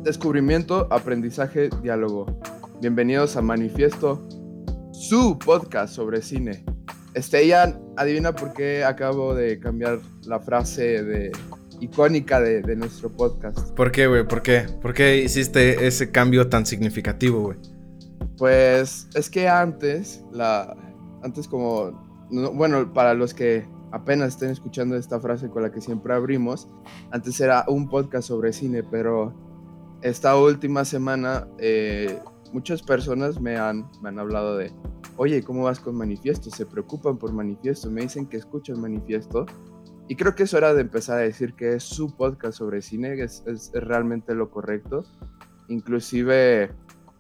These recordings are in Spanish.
Descubrimiento, aprendizaje, diálogo. Bienvenidos a Manifiesto, su podcast sobre cine. Ian, adivina por qué acabo de cambiar la frase icónica de nuestro podcast. ¿Por qué, güey? ¿Por qué? ¿Por qué hiciste ese cambio tan significativo, güey? Pues es que antes para los que apenas estén escuchando esta frase con la que siempre abrimos, antes era un podcast sobre cine, pero esta última semana muchas personas me han hablado de, oye, ¿cómo vas con Manifiesto? Se preocupan por Manifiesto, me dicen que escuchan Manifiesto, y creo que es hora de empezar a decir que es su podcast sobre cine, es realmente lo correcto. Inclusive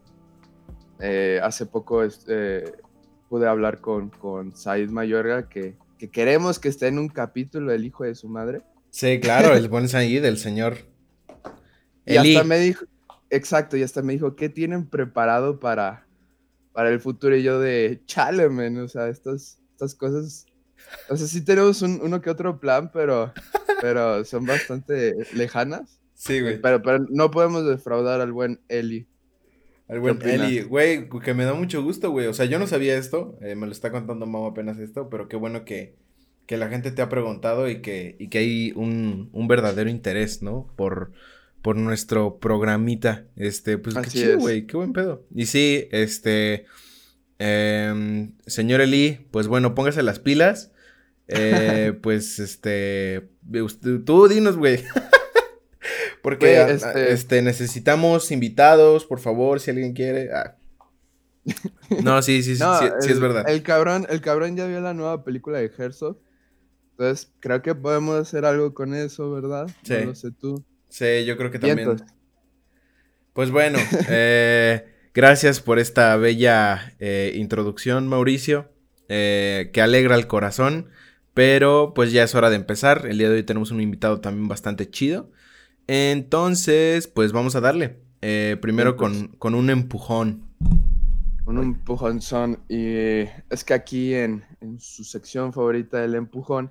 hace poco pude hablar con Said Mayorga que queremos que esté en un capítulo del hijo de su madre. Sí, claro, el buen Said, del señor Y Eli. hasta me dijo, exacto, y hasta me dijo, ¿qué tienen preparado para el futuro? Y yo de, chale, men, o sea, estas cosas, o sea, sí tenemos uno que otro plan, pero son bastante lejanas. Sí, güey. Pero no podemos defraudar al buen Eli. El ¿Qué buen opinas? Eli, güey, que me da mucho gusto, güey. O sea, yo no sabía esto, me lo está contando Mau apenas esto, pero qué bueno que la gente te ha preguntado y que hay un verdadero interés, ¿no? Por nuestro programita. Pues qué Así chido, es. güey, qué buen pedo. Y sí, señor Eli, pues bueno, póngase las pilas. Pues tú dinos, güey. Porque Güey, necesitamos invitados, por favor, si alguien quiere. No, sí, no, sí es verdad. el cabrón ya vio la nueva película de Herzog. Entonces, creo que podemos hacer algo con eso, ¿verdad? Sí, No lo sé tú. sí, yo creo que Vientos. también. Pues bueno, gracias por esta bella introducción, Mauricio, que alegra el corazón, pero pues ya es hora de empezar. El día de hoy tenemos un invitado también bastante chido. Entonces, pues vamos a darle. Primero Vientos. con un empujón. Un empujonzón. Y es que aquí en su sección favorita del empujón,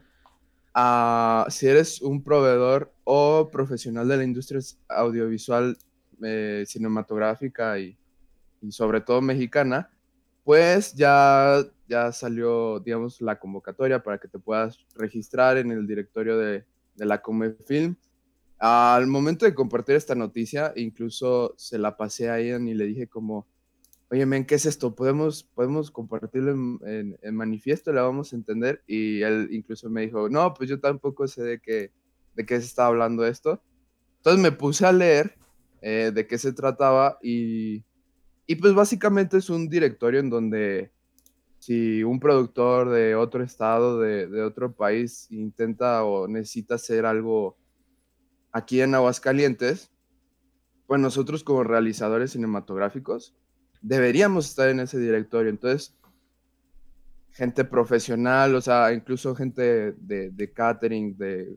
si eres un proveedor o profesional de la industria audiovisual, cinematográfica y sobre todo mexicana, pues ya salió, digamos, la convocatoria para que te puedas registrar en el directorio de la Comefilm. Al momento de compartir esta noticia, incluso se la pasé a Ian y le dije como, oye, men, ¿qué es esto? ¿Podemos compartirlo en manifiesto? ¿La vamos a entender? Y él incluso me dijo, no, pues yo tampoco sé de qué se está hablando esto. Entonces me puse a leer de qué se trataba y pues básicamente es un directorio en donde si un productor de otro estado, de otro país, intenta o necesita hacer algo aquí en Aguascalientes, pues nosotros como realizadores cinematográficos deberíamos estar en ese directorio. Entonces, gente profesional, o sea, incluso gente de catering,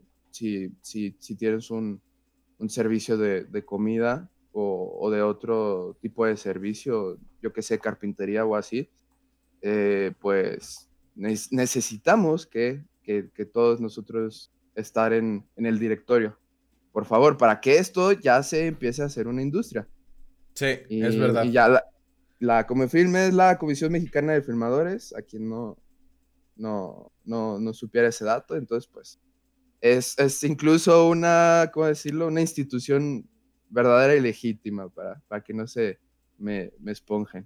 si tienes un servicio de comida o de otro tipo de servicio, yo que sé, carpintería o así, pues necesitamos que todos nosotros estar en el directorio. Por favor, para que esto ya se empiece a hacer una industria. Sí, es Y verdad. ya la Comefilm es la Comisión Mexicana de Filmadores, a quien no supiera ese dato, entonces pues es incluso ¿cómo decirlo? Una institución verdadera y legítima para que no se me esponjen.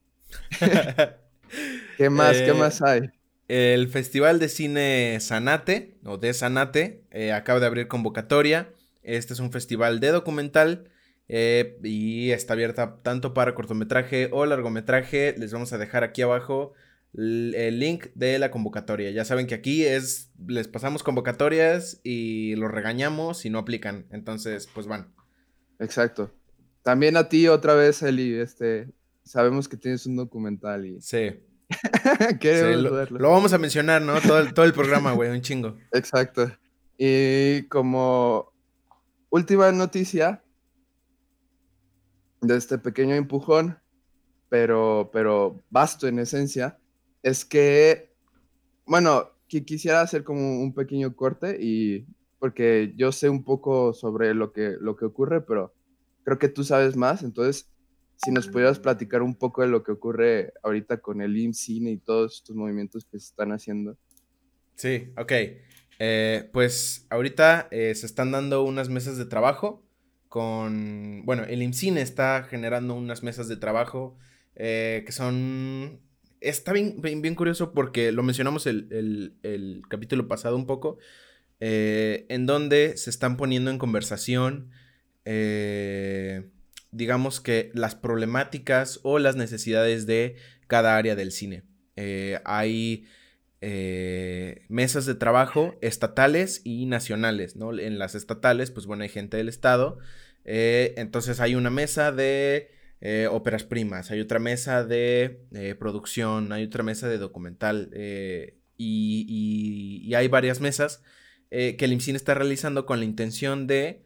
¿Qué más Eh, hay? el Festival de Cine Zanate, o de Zanate, acaba de abrir convocatoria. Este es un festival de documental y está abierta tanto para cortometraje o largometraje. Les vamos a dejar aquí abajo el link de la convocatoria. Ya saben que aquí les pasamos convocatorias y los regañamos si no aplican. Entonces, pues van. Exacto. También a ti otra vez, Eli, sabemos que tienes un documental y Sí, sí, queremos verlo. lo vamos a mencionar, ¿no? Todo el programa, güey, un chingo. Exacto. Y como última noticia de este pequeño empujón, pero vasto en esencia, es que, bueno, quisiera hacer como un pequeño corte y porque yo sé un poco sobre lo que ocurre, pero creo que tú sabes más, entonces si nos pudieras platicar un poco de lo que ocurre ahorita con el IMCINE y todos estos movimientos que se están haciendo. Sí, ok. Pues ahorita se están dando unas mesas de trabajo bueno, el IMCINE está generando unas mesas de trabajo que son... Está bien curioso porque lo mencionamos el capítulo pasado un poco, en donde se están poniendo en conversación, digamos que las problemáticas o las necesidades de cada área del cine. Hay mesas de trabajo estatales y nacionales, ¿no? En las estatales, pues bueno, hay gente del estado, entonces hay una mesa de óperas primas, hay otra mesa de producción, hay otra mesa de documental, y hay varias mesas que el IMCINE está realizando con la intención de,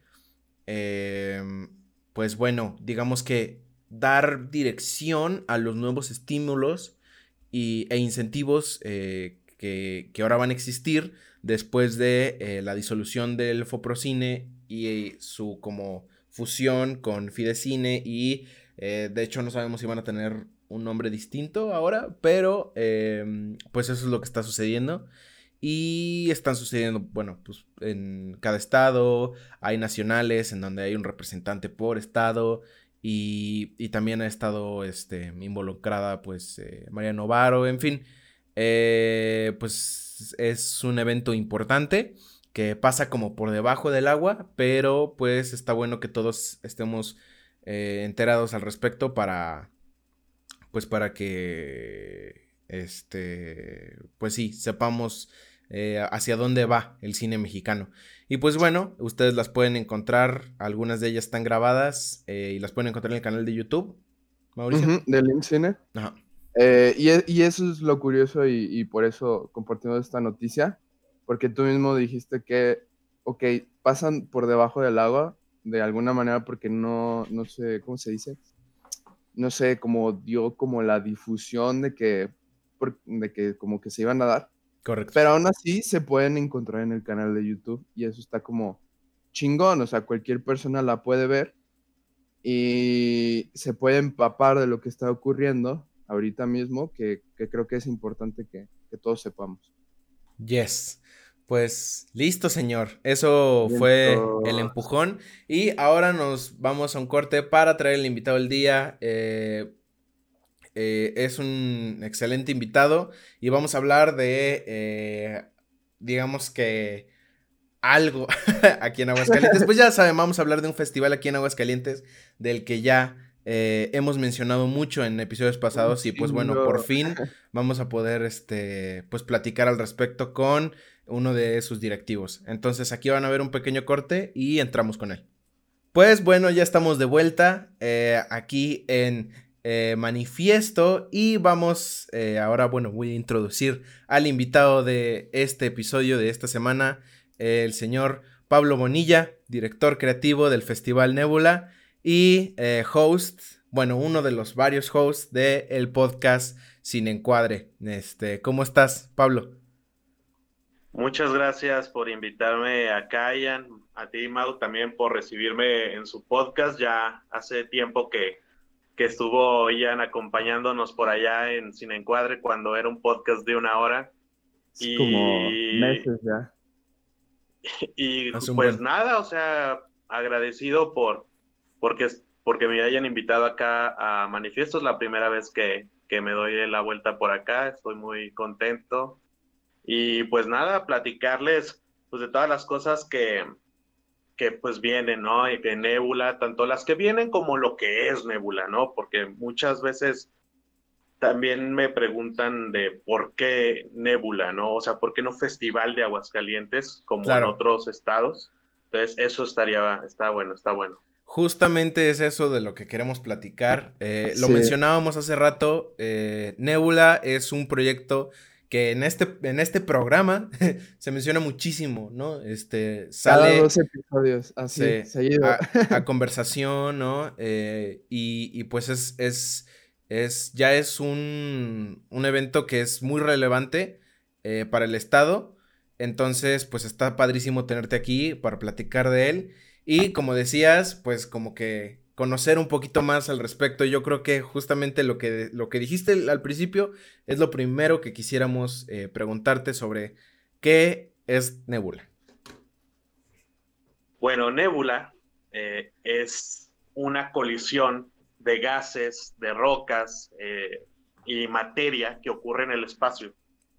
pues bueno, digamos que dar dirección a los nuevos estímulos e incentivos que ahora van a existir después de la disolución del Foprocine y su como fusión con Fidecine y de hecho no sabemos si van a tener un nombre distinto ahora, pero pues eso es lo que está sucediendo. Y están sucediendo, bueno, pues en cada estado, hay nacionales en donde hay un representante por estado, y también ha estado involucrada pues María Novaro, en fin, pues es un evento importante que pasa como por debajo del agua, pero pues está bueno que todos estemos enterados al respecto para que pues sí, sepamos hacia dónde va el cine mexicano. Y pues bueno, ustedes las pueden encontrar, algunas de ellas están grabadas y las pueden encontrar en el canal de YouTube, Mauricio. Del IMCINE. Ajá. Y eso es lo curioso y por eso compartimos esta noticia, porque tú mismo dijiste que, ok, pasan por debajo del agua de alguna manera porque no sé, ¿cómo se dice? No sé, como dio como la difusión de que como que se iban a dar, Correcto. pero aún así se pueden encontrar en el canal de YouTube y eso está como chingón, o sea, cualquier persona la puede ver y se puede empapar de lo que está ocurriendo ahorita mismo, que creo que es importante que todos sepamos. Yes. Pues listo, señor. Eso fue el Vientos. empujón. Y ahora nos vamos a un corte para traer el invitado del día. Es un excelente invitado y vamos a hablar de, digamos que algo aquí en Aguascalientes. Pues ya saben, vamos a hablar de un festival aquí en Aguascalientes del que ya hemos mencionado mucho en episodios Un pasados y pues bueno, por chingo. fin vamos a poder pues platicar al respecto con uno de sus directivos. Entonces aquí van a ver un pequeño corte y entramos con él. Pues bueno, ya estamos de vuelta aquí en Manifiesto y vamos ahora, bueno, voy a introducir al invitado de este episodio de esta semana, el señor Pablo Bonilla, director creativo del Festival Nebula y host, bueno, uno de los varios hosts del podcast Sin Encuadre. ¿Cómo estás, Pablo? Muchas gracias por invitarme acá, Ian. A ti, Mau, también por recibirme en su podcast. Ya hace tiempo que estuvo Ian acompañándonos por allá en Sin Encuadre cuando era un podcast de 1 hora. Es como meses ya. Y Hace un pues buen. nada, o sea, agradecido porque me hayan invitado acá a Manifiesto. Es la primera vez que me doy la vuelta por acá. Estoy muy contento. Y pues nada, platicarles pues de todas las cosas que pues vienen, ¿no? Y que Nebula, tanto las que vienen como lo que es Nebula, ¿no? Porque muchas veces también me preguntan de por qué Nebula, ¿no? O sea, ¿por qué no Festival de Aguascalientes como en Claro. otros estados? Entonces, eso está bueno, está bueno. Justamente es eso de lo que queremos platicar. Lo Sí, mencionábamos hace rato. Nebula es un proyecto que en este programa se menciona muchísimo, ¿no? cada Sale 2 episodios, así, seguido. a conversación, ¿no? Y pues ya es un evento que es muy relevante para el estado. Entonces, pues está padrísimo tenerte aquí para platicar de él. Y como decías, pues como conocer un poquito más al respecto. Yo creo que justamente lo que dijiste al principio es lo primero que quisiéramos preguntarte sobre qué es Nebula. Bueno, Nebula es una colisión de gases, de rocas y materia que ocurre en el espacio.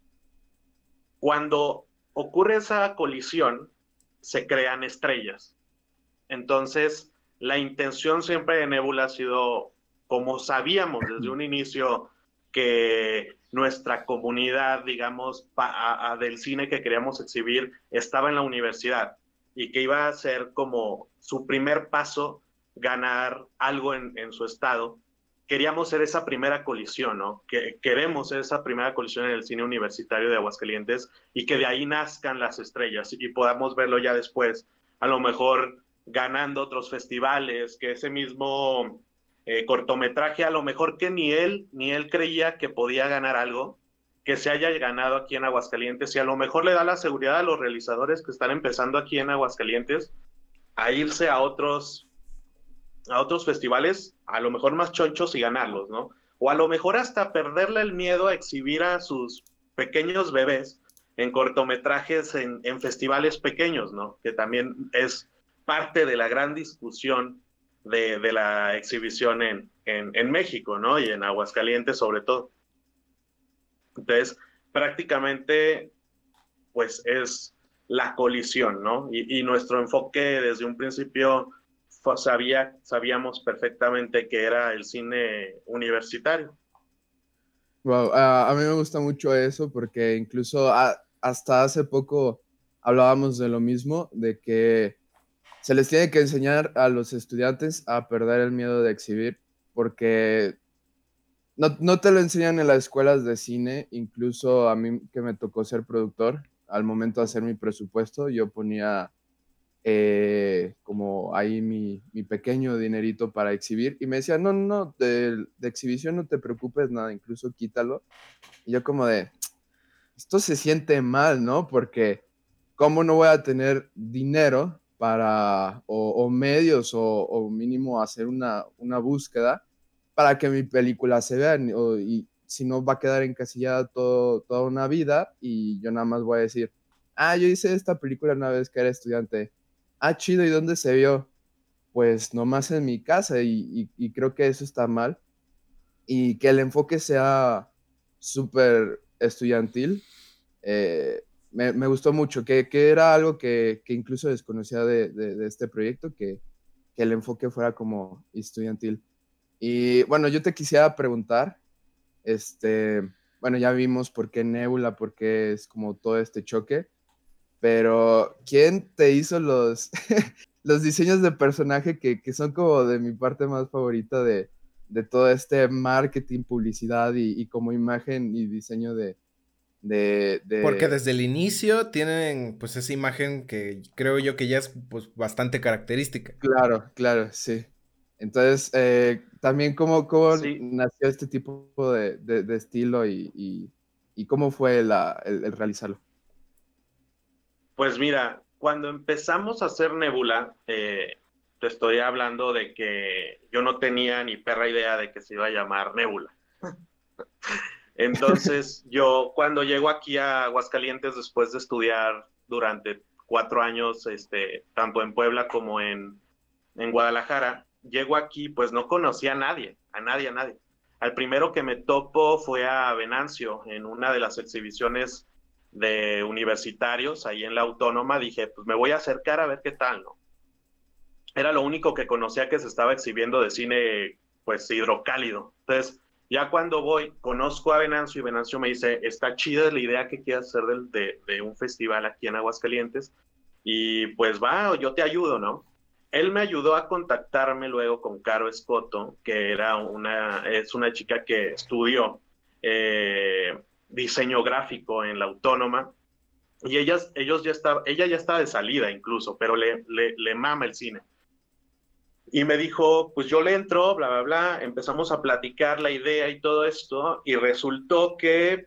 Cuando ocurre esa colisión, se crean estrellas. Entonces, la intención siempre de Nebula ha sido, como sabíamos desde un inicio, que nuestra comunidad, digamos, del cine que queríamos exhibir estaba en la universidad y que iba a ser como su primer paso ganar algo en su estado. Queríamos ser esa primera colisión, ¿no? Queremos ser esa primera colisión en el cine universitario de Aguascalientes y que de ahí nazcan las estrellas y podamos verlo ya después, a lo mejor ganando otros festivales, que ese mismo cortometraje, a lo mejor que ni él creía que podía ganar algo, que se haya ganado aquí en Aguascalientes, y a lo mejor le da la seguridad a los realizadores que están empezando aquí en Aguascalientes a irse a otros festivales, a lo mejor más chonchos, y ganarlos, ¿no? O a lo mejor hasta perderle el miedo a exhibir a sus pequeños bebés en cortometrajes en festivales pequeños, ¿no? Que también es parte de la gran discusión de la exhibición en México, ¿no? Y en Aguascalientes sobre todo. Entonces, prácticamente, pues es la colisión, ¿no? Y nuestro enfoque desde un principio sabíamos perfectamente que era el cine universitario. Wow, a mí me gusta mucho eso porque incluso hasta hace poco hablábamos de lo mismo, de que se les tiene que enseñar a los estudiantes a perder el miedo de exhibir, porque no te lo enseñan en las escuelas de cine. Incluso a mí, que me tocó ser productor, al momento de hacer mi presupuesto, yo ponía como ahí mi pequeño dinerito para exhibir, y me decían, no, de exhibición no te preocupes nada, incluso quítalo. Y yo como de, esto se siente mal, ¿no? Porque ¿cómo no voy a tener dinero para, o medios, o mínimo hacer una búsqueda para que mi película se vea? Y si no, va a quedar encasillada toda una vida, y yo nada más voy a decir, yo hice esta película una vez que era estudiante. Chido, ¿y dónde se vio? Pues nomás en mi casa, y creo que eso está mal. Y que el enfoque sea súper estudiantil, me gustó mucho, que era algo que incluso desconocía de este proyecto, que el enfoque fuera como estudiantil. Y bueno, yo te quisiera preguntar, bueno, ya vimos por qué Nebula, por qué es como todo este choque, pero ¿quién te hizo los, los diseños de personaje que son como de mi parte más favorita de todo este marketing, publicidad y como imagen y diseño Porque desde el inicio tienen pues esa imagen que creo yo que ya es pues bastante característica. Claro, sí. Entonces, también cómo Sí, nació este tipo de estilo, y cómo fue el realizarlo. pues mira, cuando empezamos a hacer Nebula, te estoy hablando de que yo no tenía ni perra idea de que se iba a llamar Nebula. Entonces, yo cuando llego aquí a Aguascalientes después de estudiar durante 4 años, tanto en Puebla como en Guadalajara, llego aquí, pues no conocía a nadie. Al primero que me topo fue a Venancio en una de las exhibiciones de universitarios ahí en la Autónoma. Dije, pues me voy a acercar a ver qué tal, ¿no? Era lo único que conocía que se estaba exhibiendo de cine, pues hidrocálido. Entonces, ya cuando voy, conozco a Venancio, y Venancio me dice, está chida la idea que quieras hacer de un festival aquí en Aguascalientes, y pues va, yo te ayudo, ¿no? Él me ayudó a contactarme luego con Caro Escoto, que es una chica que estudió diseño gráfico en la Autónoma, y ella ya estaba de salida incluso, pero le mama el cine. Y me dijo, pues yo le entro, bla, bla, bla, empezamos a platicar la idea y todo esto, y resultó que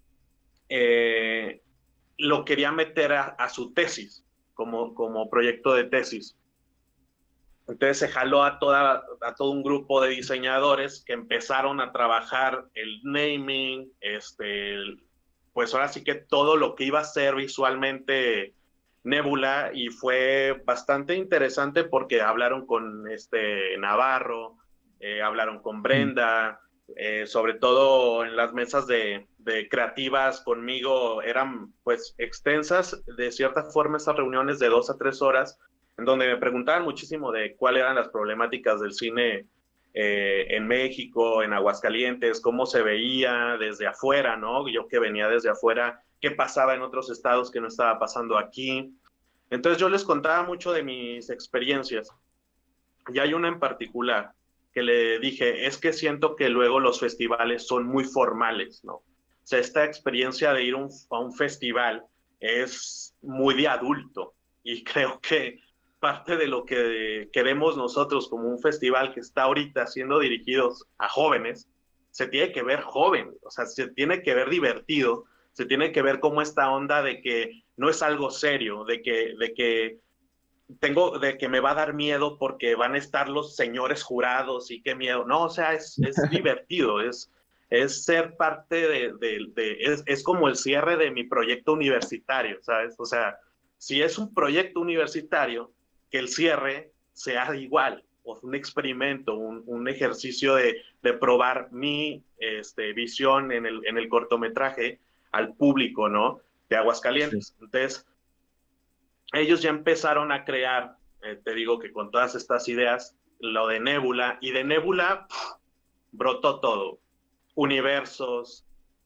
lo quería meter a su tesis, como proyecto de tesis. Entonces se jaló a todo un grupo de diseñadores que empezaron a trabajar el naming, pues ahora sí que todo lo que iba a ser visualmente Nebula, y fue bastante interesante porque hablaron con Navarro, hablaron con Brenda, sobre todo en las mesas de creativas conmigo eran pues extensas, de cierta forma esas reuniones de 2 a 3 horas, en donde me preguntaban muchísimo de cuáles eran las problemáticas del cine en México, en Aguascalientes, cómo se veía desde afuera, ¿no? Yo que venía desde afuera, qué pasaba en otros estados que no estaba pasando aquí. Entonces yo les contaba mucho de mis experiencias. Y hay una en particular que le dije, es que siento que luego los festivales son muy formales, ¿no? O sea, esta experiencia de ir a un festival es muy de adulto, y creo que parte de lo que queremos nosotros como un festival que está ahorita siendo dirigidos a jóvenes, se tiene que ver joven, o sea, se tiene que ver divertido, se tiene que ver como esta onda de que no es algo serio, de que me va a dar miedo porque van a estar los señores jurados y qué miedo. No, o sea, es divertido, es ser parte es como el cierre de mi proyecto universitario, ¿sabes? O sea, si es un proyecto universitario, que el cierre sea igual, o un experimento, un ejercicio de probar mi visión en el cortometraje al público, ¿no? De Aguascalientes. Sí. Entonces, ellos ya empezaron a crear, te digo que con todas estas ideas, lo de Nebula, y de Nebula brotó todo, universos,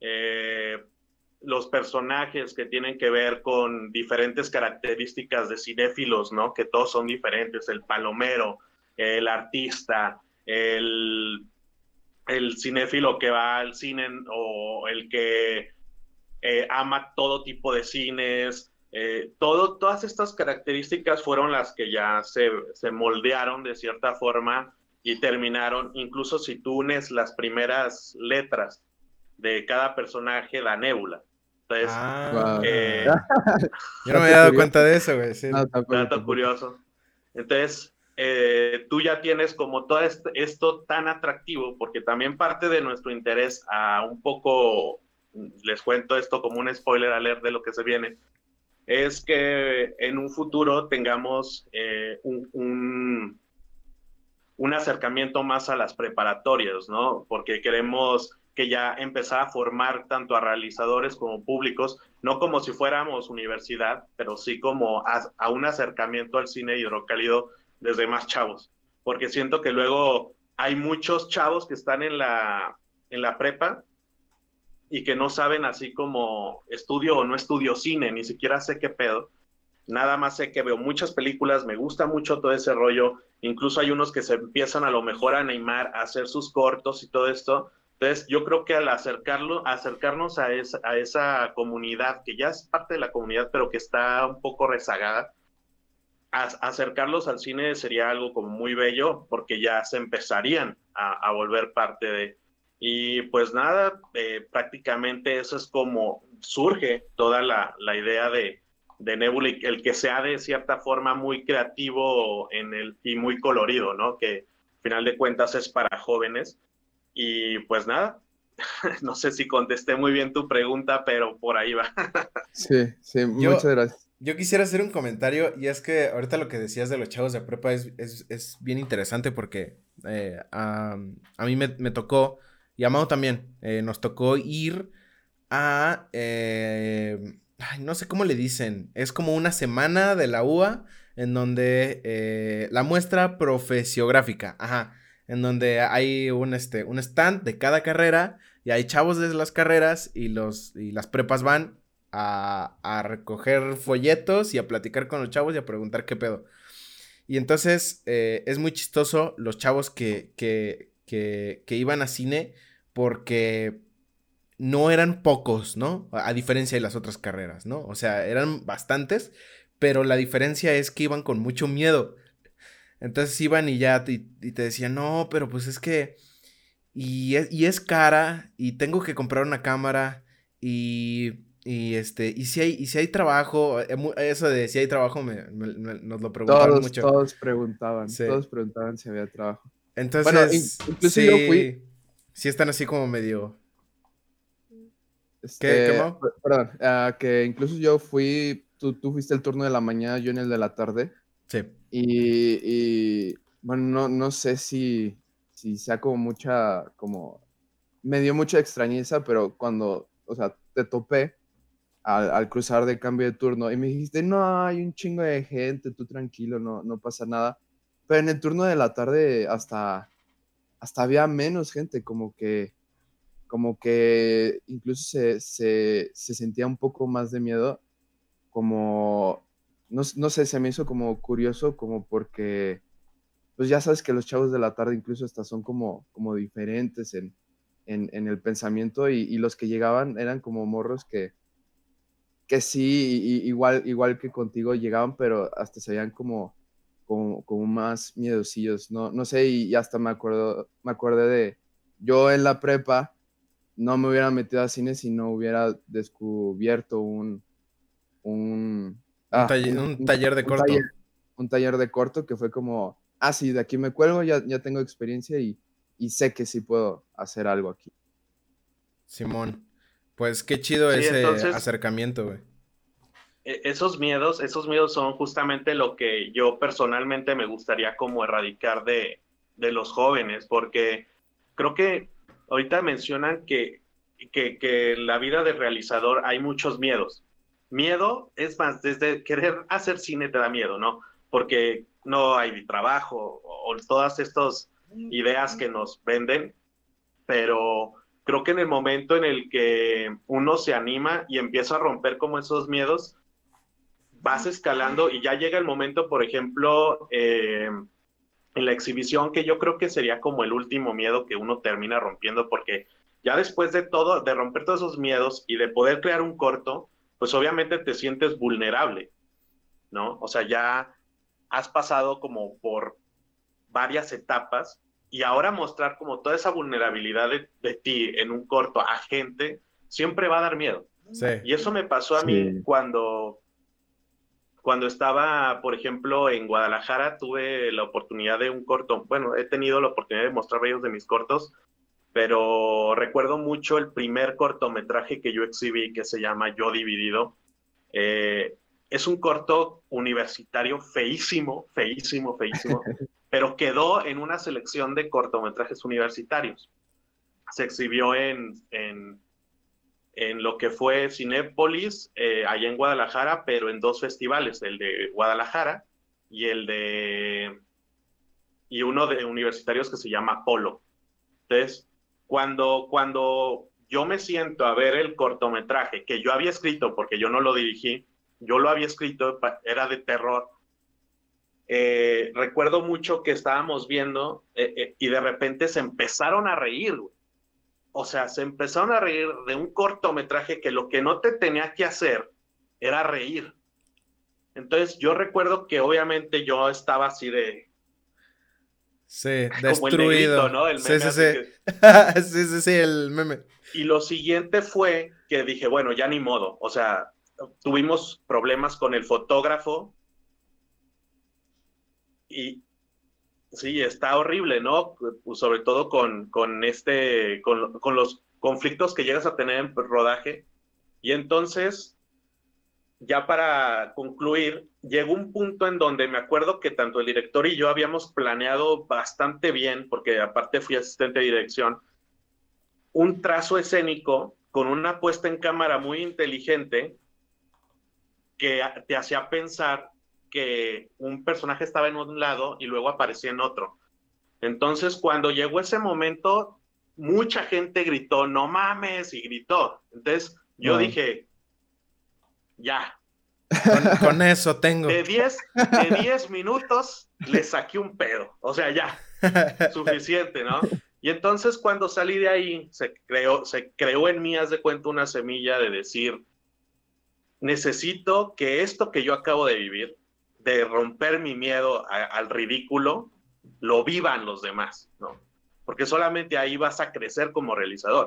los personajes que tienen que ver con diferentes características de cinéfilos, ¿no? Que todos son diferentes, el palomero, el artista, el cinéfilo que va al cine, o el que ama todo tipo de cines. Todas estas características fueron las que ya se moldearon de cierta forma y terminaron, incluso si tú unes las primeras letras de cada personaje, da Nebula. Entonces, yo no me había dado cuenta de eso, güey. Sí. No, dato curioso. Entonces, tú ya tienes como todo esto tan atractivo, porque también parte de nuestro interés a un poco, les cuento esto como un spoiler alert de lo que se viene, es que en un futuro tengamos un acercamiento más a las preparatorias, ¿no? Porque queremos que ya empezar a formar tanto a realizadores como públicos, no como si fuéramos universidad, pero sí como a un acercamiento al cine hidrocálido desde más chavos. Porque siento que luego hay muchos chavos que están en la prepa y que no saben así como estudio o no estudio cine, ni siquiera sé qué pedo. Nada más sé que veo muchas películas, me gusta mucho todo ese rollo, incluso hay unos que se empiezan a lo mejor a animar a hacer sus cortos y todo esto. Entonces yo creo que al acercarnos a esa comunidad, que ya es parte de la comunidad, pero que está un poco rezagada, acercarlos al cine sería algo como muy bello, porque ya se empezarían a volver parte de... Y pues nada, prácticamente eso es como surge toda la idea de Nebula, y el que sea de cierta forma muy creativo y muy colorido, ¿no? Que al final de cuentas es para jóvenes. Y pues nada, no sé si contesté muy bien tu pregunta, pero por ahí va. Sí, muchas gracias. Yo quisiera hacer un comentario, y es que ahorita lo que decías de los chavos de prepa es bien interesante, porque a mí me tocó, y a Mau también, nos tocó ir a... no sé cómo le dicen, es como una semana de la UA en donde la muestra profesiográfica, en donde hay un stand de cada carrera y hay chavos de las carreras y las prepas van a recoger folletos y a platicar con los chavos y a preguntar qué pedo. Y entonces es muy chistoso los chavos que iban a cine, porque no eran pocos, ¿no? A diferencia de las otras carreras, ¿no? O sea, eran bastantes, pero la diferencia es que iban con mucho miedo. Entonces iban y ya y te decían, no, pero pues es que... Y es cara, y tengo que comprar una cámara, y Y si hay trabajo, eso de si hay trabajo nos lo preguntaron mucho. Todos preguntaban Sí. Si había trabajo. Bueno, Entonces, incluso yo fui. Sí están así como medio... ¿Qué, Mau? Perdón, que incluso yo fui, tú fuiste el turno de la mañana, yo en el de la tarde. Sí. Y bueno, no sé si sea me dio mucha extrañeza, pero cuando, o sea, te topé al cruzar de cambio de turno y me dijiste, no, hay un chingo de gente, tú tranquilo, no pasa nada. Pero en el turno de la tarde hasta había menos gente, como que incluso se sentía un poco más de miedo, como, no sé, se me hizo como curioso, como porque, pues ya sabes que los chavos de la tarde incluso hasta son como diferentes en el pensamiento y los que llegaban eran como morros que sí, igual que contigo llegaban, pero hasta se veían como más miedosillos, no sé, y hasta me acordé de, yo en la prepa no me hubiera metido a cine si no hubiera descubierto un taller de corto. Un taller de corto que fue como, sí, de aquí me cuelgo, ya tengo experiencia y sé que sí puedo hacer algo aquí. Simón, pues qué chido ese entonces, acercamiento, güey. Esos miedos son justamente lo que yo personalmente me gustaría como erradicar de los jóvenes, porque creo que ahorita mencionan que la vida de realizador hay muchos miedos. Miedo, es más, desde querer hacer cine te da miedo, ¿no? Porque no hay trabajo o todas estas ideas que nos venden, pero creo que en el momento en el que uno se anima y empieza a romper como esos miedos, vas escalando y ya llega el momento, por ejemplo, en la exhibición, que yo creo que sería como el último miedo que uno termina rompiendo, porque ya después de todo, de romper todos esos miedos y de poder crear un corto, pues obviamente te sientes vulnerable, ¿no? O sea, ya has pasado como por varias etapas y ahora mostrar como toda esa vulnerabilidad de ti en un corto a gente, siempre va a dar miedo. Sí. Y eso me pasó a mí cuando estaba, por ejemplo, en Guadalajara, tuve la oportunidad de un corto, bueno, he tenido la oportunidad de mostrar varios de mis cortos, pero recuerdo mucho el primer cortometraje que yo exhibí, que se llama Yo Dividido. Es un corto universitario feísimo, pero quedó en una selección de cortometrajes universitarios. Se exhibió en lo que fue Cinépolis, allá en Guadalajara, pero en 2 festivales, el de Guadalajara y uno de universitarios que se llama Polo. Entonces, cuando yo me siento a ver el cortometraje que yo había escrito, porque yo no lo dirigí, yo lo había escrito, era de terror. Recuerdo mucho que estábamos viendo y de repente se empezaron a reír, güey. O sea, se empezaron a reír de un cortometraje que lo que no te tenía que hacer era reír. Entonces yo recuerdo que obviamente yo estaba así de... Sí, como destruido. El negrito, ¿no? El meme. Sí, el meme. Y lo siguiente fue que dije, bueno, ya ni modo. O sea, tuvimos problemas con el fotógrafo y sí, está horrible, ¿no? Sobre todo con los conflictos que llegas a tener en rodaje. Y entonces, ya para concluir, llegó un punto en donde me acuerdo que tanto el director y yo habíamos planeado bastante bien, porque aparte fui asistente de dirección, un trazo escénico con una puesta en cámara muy inteligente que te hacía pensar que un personaje estaba en un lado y luego aparecía en otro. Entonces, cuando llegó ese momento, mucha gente gritó, no mames, y gritó. Entonces, yo dije, ya. Con eso tengo. De 10 minutos le saqué un pedo. O sea, ya. Suficiente, ¿no? Y entonces, cuando salí de ahí, se creó en mí, haz de cuenta, una semilla de decir, necesito que esto que yo acabo de vivir, de romper mi miedo al ridículo, lo vivan los demás, ¿no? Porque solamente ahí vas a crecer como realizador.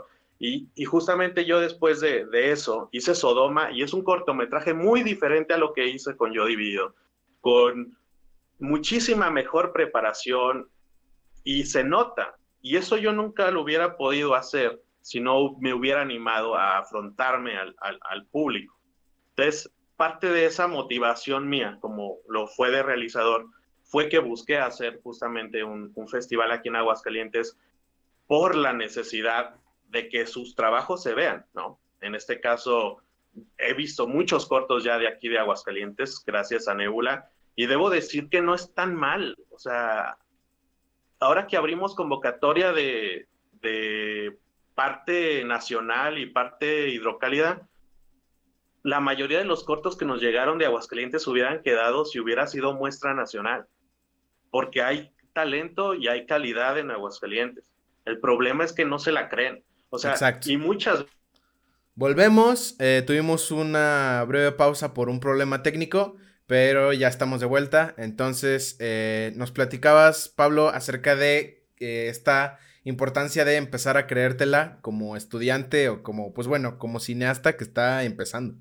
Y justamente yo después de eso hice Sodoma, y es un cortometraje muy diferente a lo que hice con Yo Dividido, con muchísima mejor preparación, y se nota. Y eso yo nunca lo hubiera podido hacer si no me hubiera animado a afrontarme al público. Entonces, parte de esa motivación mía, como lo fue de realizador, fue que busqué hacer justamente un festival aquí en Aguascalientes por la necesidad de que sus trabajos se vean, ¿no? En este caso, he visto muchos cortos ya de aquí de Aguascalientes, gracias a Nebula, y debo decir que no es tan mal. O sea, ahora que abrimos convocatoria de parte nacional y parte hidrocálida, la mayoría de los cortos que nos llegaron de Aguascalientes hubieran quedado si hubiera sido muestra nacional, porque hay talento y hay calidad en Aguascalientes. El problema es que no se la creen. O sea, Exacto. y muchas... Volvemos, tuvimos una breve pausa por un problema técnico, pero ya estamos de vuelta. Entonces, nos platicabas, Pablo, acerca de esta importancia de empezar a creértela como estudiante o como, pues bueno, como cineasta que está empezando.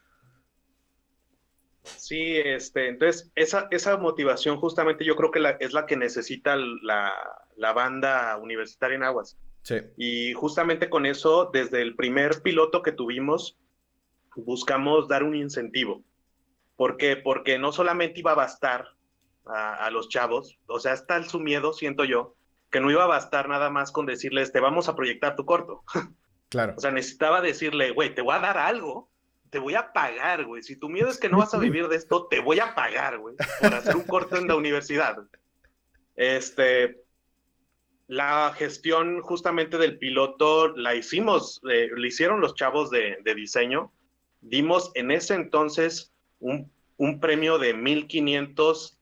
Sí, entonces esa motivación justamente yo creo que es la que necesita la banda universitaria en Aguas. Sí. Y justamente con eso, desde el primer piloto que tuvimos, buscamos dar un incentivo. ¿Por qué? Porque no solamente iba a bastar a los chavos, o sea, está su miedo, siento yo, que no iba a bastar nada más con decirles, te vamos a proyectar tu corto. Claro. O sea, necesitaba decirle, güey, te voy a dar algo, te voy a pagar, güey. Si tu miedo es que no vas a vivir de esto, te voy a pagar, güey, por hacer un corto en la universidad. La gestión justamente del piloto la hicimos, lo hicieron los chavos de diseño. Dimos en ese entonces un premio de 1,500,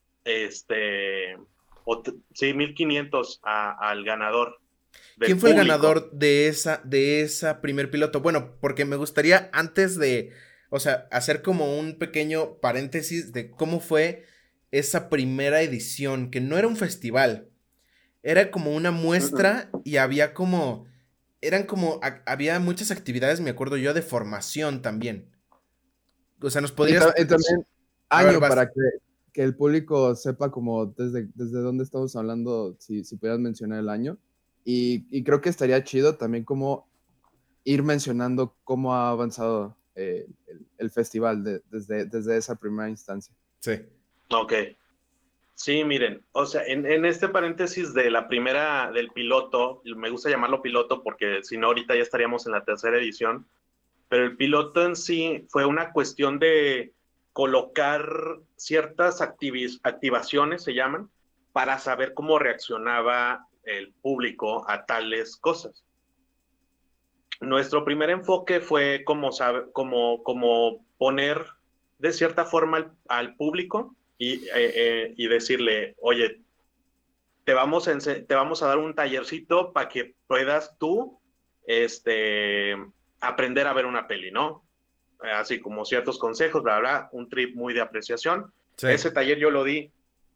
sí, 1,500 al ganador. ¿Quién fue público. El ganador de esa primer piloto? Bueno, porque me gustaría antes de, o sea, hacer como un pequeño paréntesis de cómo fue esa primera edición, que no era un festival, era como una muestra y había como, había muchas actividades, me acuerdo yo, de formación también. O sea, nos podrías... Y también año ver, para que el público sepa como desde dónde estamos hablando, si pudieras mencionar el año. Y creo que estaría chido también como ir mencionando cómo ha avanzado el festival desde esa primera instancia. Sí. Ok. Sí, miren, o sea, en este paréntesis de la primera, del piloto, me gusta llamarlo piloto porque si no ahorita ya estaríamos en la tercera edición, pero el piloto en sí fue una cuestión de colocar ciertas activaciones, se llaman, para saber cómo reaccionaba el público a tales cosas. Nuestro primer enfoque fue como poner de cierta forma al público y decirle, oye, te vamos a dar un tallercito para que puedas tú aprender a ver una peli, ¿no? Así como ciertos consejos, bla, bla, un trip muy de apreciación. Sí. Ese taller yo lo di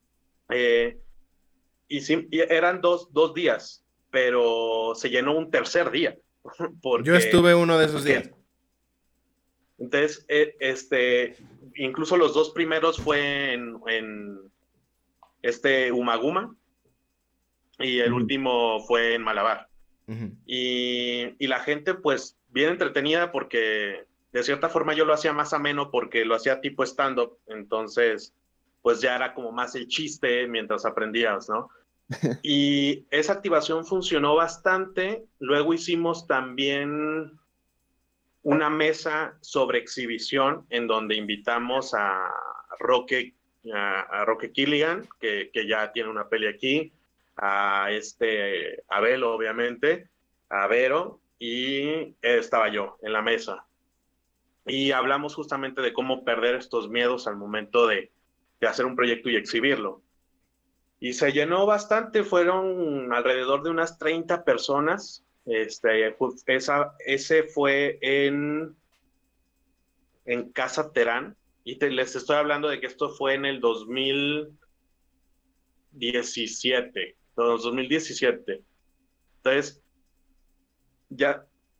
y eran dos días, pero se llenó un tercer día. Porque, yo estuve uno de esos días. Entonces, incluso los dos primeros fue en Umaguma y el último fue en Malabar. Y la gente, pues, bien entretenida porque de cierta forma yo lo hacía más ameno porque lo hacía tipo stand-up, entonces, pues ya era como más el chiste mientras aprendías, ¿no? Y esa activación funcionó bastante. Luego hicimos también una mesa sobre exhibición en donde invitamos a Roque Killigan, que ya tiene una peli aquí, a Abel, obviamente, a Vero, y estaba yo en la mesa. Y hablamos justamente de cómo perder estos miedos al momento de hacer un proyecto y exhibirlo. Y se llenó bastante, fueron alrededor de unas 30 personas. Ese fue en Casa Terán, y les estoy hablando de que esto fue en el 2017. Entonces, ya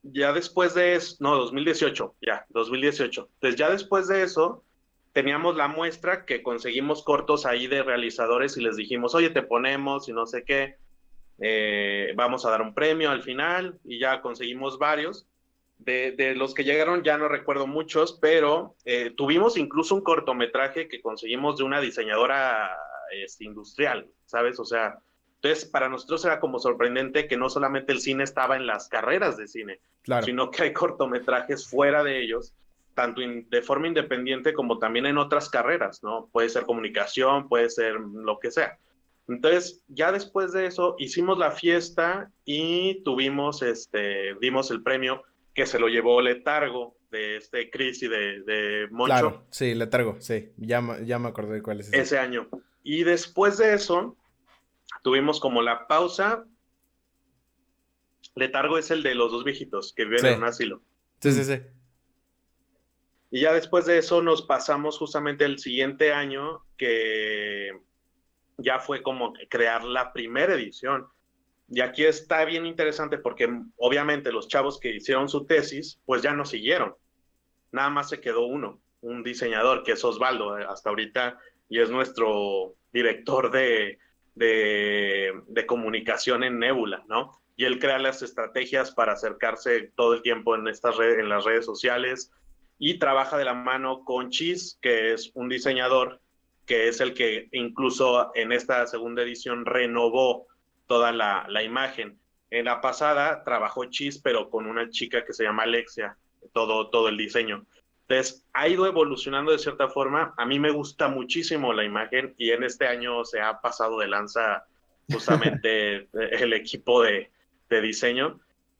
ya después de eso, no, 2018, ya, 2018. Entonces ya después de eso, teníamos la muestra que conseguimos cortos ahí de realizadores y les dijimos, oye, te ponemos y no sé qué, vamos a dar un premio al final y ya conseguimos varios. De los que llegaron ya no recuerdo muchos, pero tuvimos incluso un cortometraje que conseguimos de una diseñadora industrial, ¿sabes? O sea, entonces para nosotros era como sorprendente que no solamente el cine estaba en las carreras de cine, Claro. sino que hay cortometrajes fuera de ellos, tanto de forma independiente como también en otras carreras, ¿no? Puede ser comunicación, puede ser lo que sea. Entonces, ya después de eso, hicimos la fiesta y dimos el premio que se lo llevó Letargo, de Chris y de Moncho. Claro, sí, Letargo, sí, ya me acordé de cuál es ese año. Y después de eso, tuvimos como la pausa. Letargo es el de los dos viejitos que viven en un asilo. Sí. Y ya después de eso nos pasamos justamente el siguiente año, que ya fue como crear la primera edición. Y aquí está bien interesante porque obviamente los chavos que hicieron su tesis, pues ya no siguieron. Nada más se quedó uno, un diseñador, que es Osvaldo hasta ahorita, y es nuestro director de comunicación en Nebula, ¿no? Y él crea las estrategias para acercarse todo el tiempo en en las redes sociales, y trabaja de la mano con Chis, que es un diseñador, que es el que incluso en esta segunda edición renovó toda la imagen. En la pasada trabajó Chis, pero con una chica que se llama Alexia, todo el diseño. Entonces, ha ido evolucionando de cierta forma. A mí me gusta muchísimo la imagen y en este año se ha pasado de lanza justamente el equipo de diseño.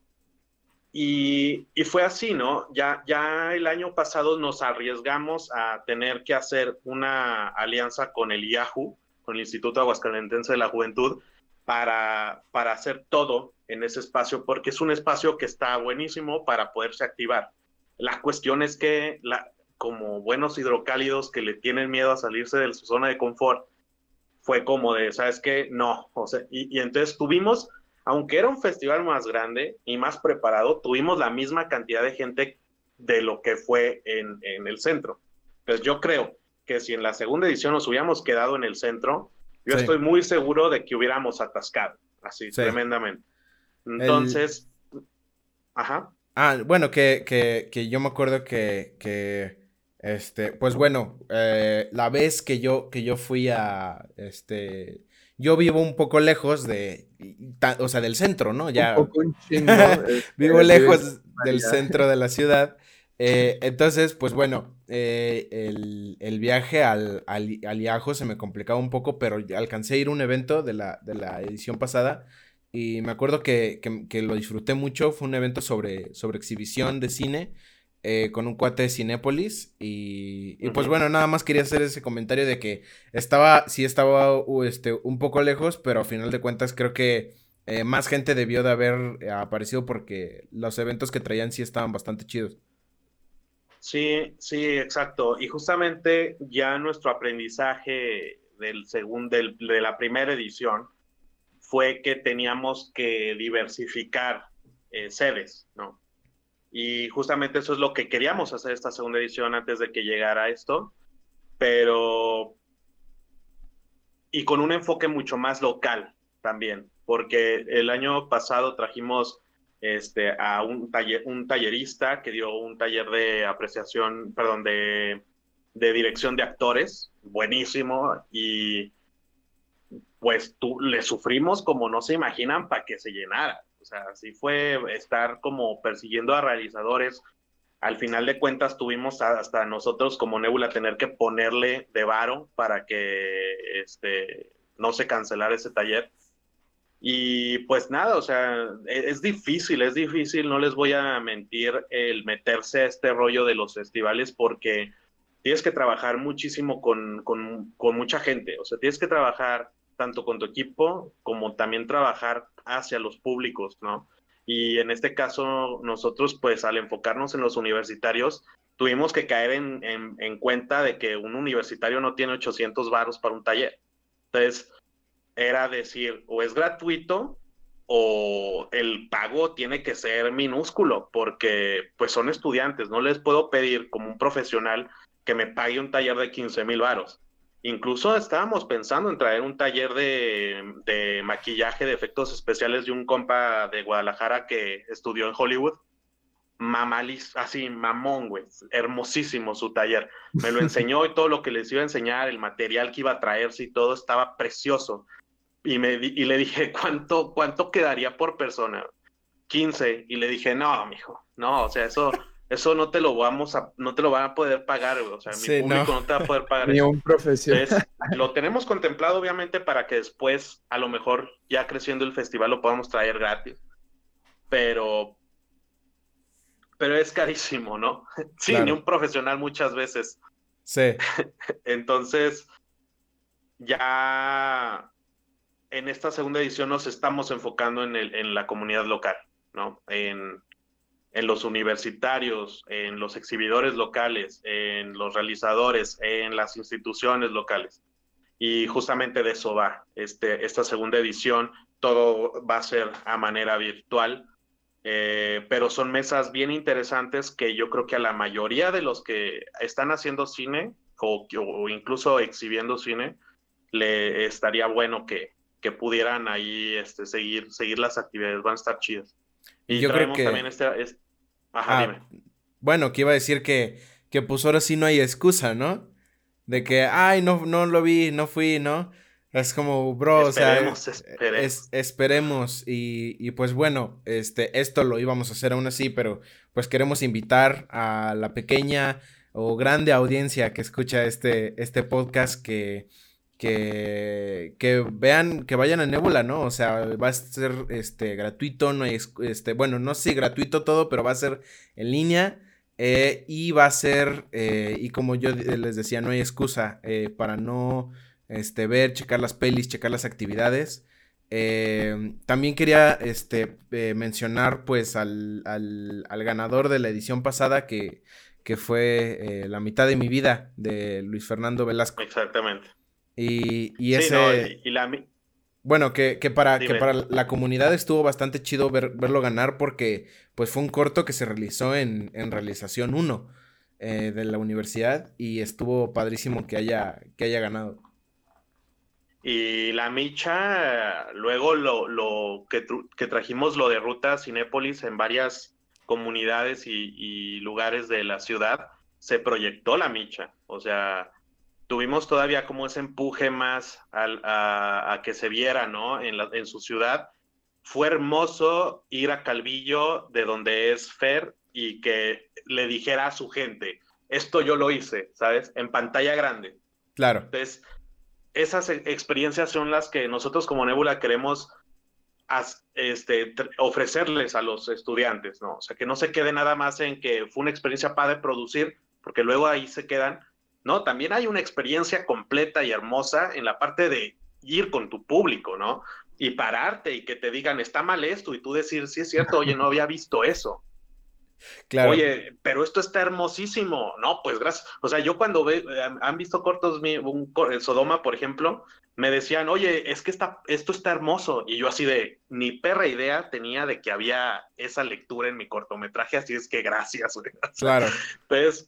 Y fue así, ¿no? Ya el año pasado nos arriesgamos a tener que hacer una alianza con el IAJU, con el Instituto Aguascalentense de la Juventud, para hacer todo en ese espacio, porque es un espacio que está buenísimo para poderse activar. La cuestión es que, como buenos hidrocálidos que le tienen miedo a salirse de su zona de confort, fue como de, ¿sabes qué? No, o sea, y entonces tuvimos, aunque era un festival más grande y más preparado, tuvimos la misma cantidad de gente de lo que fue en el centro. Entonces yo creo que si en la segunda edición nos hubiéramos quedado en el centro, yo estoy muy seguro de que hubiéramos atascado, así, tremendamente. Entonces, ajá. Bueno, que yo me acuerdo que pues bueno, la vez que yo fui a, yo vivo un poco lejos o sea, del centro, ¿no? Ya. Un poco un chingo. Vivo lejos del centro de la ciudad. Entonces, pues bueno, el viaje al IAJO se me complicaba un poco, pero alcancé a ir a un evento de la edición pasada y me acuerdo que lo disfruté mucho. Fue un evento sobre exhibición de cine con un cuate de Cinépolis y pues bueno, nada más quería hacer ese comentario de que sí estaba un poco lejos, pero a final de cuentas creo que más gente debió de haber aparecido porque los eventos que traían sí estaban bastante chidos. Sí, exacto. Y justamente ya nuestro aprendizaje de la primera edición fue que teníamos que diversificar sedes, ¿no? Y justamente eso es lo que queríamos hacer esta segunda edición antes de que llegara esto, pero y con un enfoque mucho más local también, porque el año pasado trajimos a un tallerista que dio un taller de apreciación, perdón, de dirección de actores, buenísimo, y pues le sufrimos como no se imaginan para que se llenara. O sea, así fue estar como persiguiendo a realizadores. Al final de cuentas tuvimos hasta nosotros como Nebula tener que ponerle de varo para que no se cancelara ese taller. Y pues nada, o sea, es difícil, no les voy a mentir, el meterse a este rollo de los festivales porque tienes que trabajar muchísimo con mucha gente. O sea, tienes que trabajar tanto con tu equipo como también trabajar hacia los públicos, ¿no? Y en este caso nosotros pues al enfocarnos en los universitarios tuvimos que caer en cuenta de que un universitario no tiene 800 varos para un taller. Entonces era decir, o es gratuito o el pago tiene que ser minúsculo, porque pues son estudiantes, no les puedo pedir como un profesional que me pague un taller de 15,000 varos. Incluso estábamos pensando en traer un taller de maquillaje de efectos especiales de un compa de Guadalajara que estudió en Hollywood. Mamalis, así, mamón, güey, hermosísimo su taller. Me lo enseñó y todo lo que les iba a enseñar, el material que iba a traerse y todo estaba precioso. Y le dije, ¿cuánto quedaría por persona? 15. Y le dije, no, mijo, no, o sea, eso no te lo van a poder pagar, güey. O sea, mi Sí, público no. no te va a poder pagar Ni eso. un profesional. Entonces, lo tenemos contemplado, obviamente, para que después, a lo mejor, ya creciendo el festival, lo podamos traer gratis. Pero es carísimo, ¿no? Sí, ni Claro. un profesional muchas veces. Sí. Entonces, ya en esta segunda edición nos estamos enfocando en la comunidad local, ¿no? En los universitarios, en los exhibidores locales, en los realizadores, en las instituciones locales. Y justamente de eso va esta segunda edición. Todo va a ser a manera virtual, pero son mesas bien interesantes que yo creo que a la mayoría de los que están haciendo cine o incluso exhibiendo cine, le estaría bueno que pudieran ahí seguir las actividades, van a estar chidas. Y Y yo creo traemos también que... Ajá, Ah, dime. bueno, que iba a decir que pues ahora sí no hay excusa, ¿no? De que, ay, no lo vi, no fui, ¿no? Es como, bro, o sea, Esperemos. esperemos y pues bueno, esto lo íbamos a hacer aún así, pero pues queremos invitar a la pequeña o grande audiencia que escucha este podcast que vean, que vayan a Nebula, ¿no? O sea, va a ser gratuito, no hay, bueno, no sé si gratuito todo, pero va a ser en línea. Y va a ser, y como yo les decía, no hay excusa para no ver, checar las pelis, checar las actividades. También quería mencionar pues al ganador de la edición pasada que fue La mitad de mi vida de Luis Fernando Velasco. Exactamente. Y Sí, no, ese... y la... Bueno, que para Dime. la comunidad estuvo bastante chido verlo ganar porque pues fue un corto que se realizó en realización 1 de la universidad y estuvo padrísimo que haya ganado. Y la Micha, luego que trajimos lo de Ruta Cinépolis en varias comunidades y lugares de la ciudad, se proyectó la Micha. O sea, tuvimos todavía como ese empuje más a que se viera, ¿no? En su ciudad. Fue hermoso ir a Calvillo, de donde es Fer, y que le dijera a su gente, esto yo lo hice, ¿sabes? En pantalla grande. Claro. Entonces, esas experiencias son las que nosotros como Nebula queremos ofrecerles a los estudiantes, ¿no? O sea, que no se quede nada más en que fue una experiencia padre producir, porque luego ahí se quedan. No, también hay una experiencia completa y hermosa en la parte de ir con tu público, ¿no? Y pararte y que te digan, está mal esto, y tú decir, sí es cierto, oye, no había visto eso. Claro. Oye, pero esto está hermosísimo. No, pues gracias. O sea, yo cuando han visto cortos, Sodoma, por ejemplo, me decían, oye, es que esto está hermoso. Y yo así de, ni perra idea tenía de que había esa lectura en mi cortometraje, así es que gracias. Güey. O sea, Claro. pues,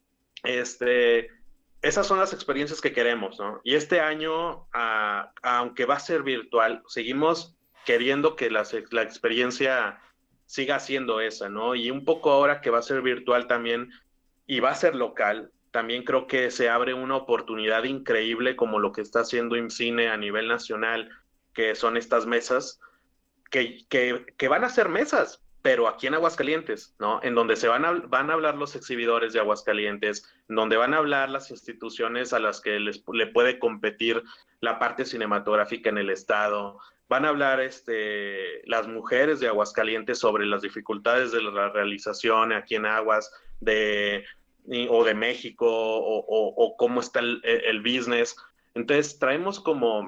esas son las experiencias que queremos, ¿no? Y este año, aunque va a ser virtual, seguimos queriendo que la experiencia siga siendo esa, ¿no? Y un poco ahora que va a ser virtual también y va a ser local, también creo que se abre una oportunidad increíble como lo que está haciendo IMCINE a nivel nacional, que son estas mesas, que van a ser mesas, pero aquí en Aguascalientes, ¿no? En donde van a hablar los exhibidores de Aguascalientes, en donde van a hablar las instituciones a las que le puede competir la parte cinematográfica en el estado, van a hablar las mujeres de Aguascalientes sobre las dificultades de la realización aquí en Aguas, o de México, o cómo está el business. Entonces traemos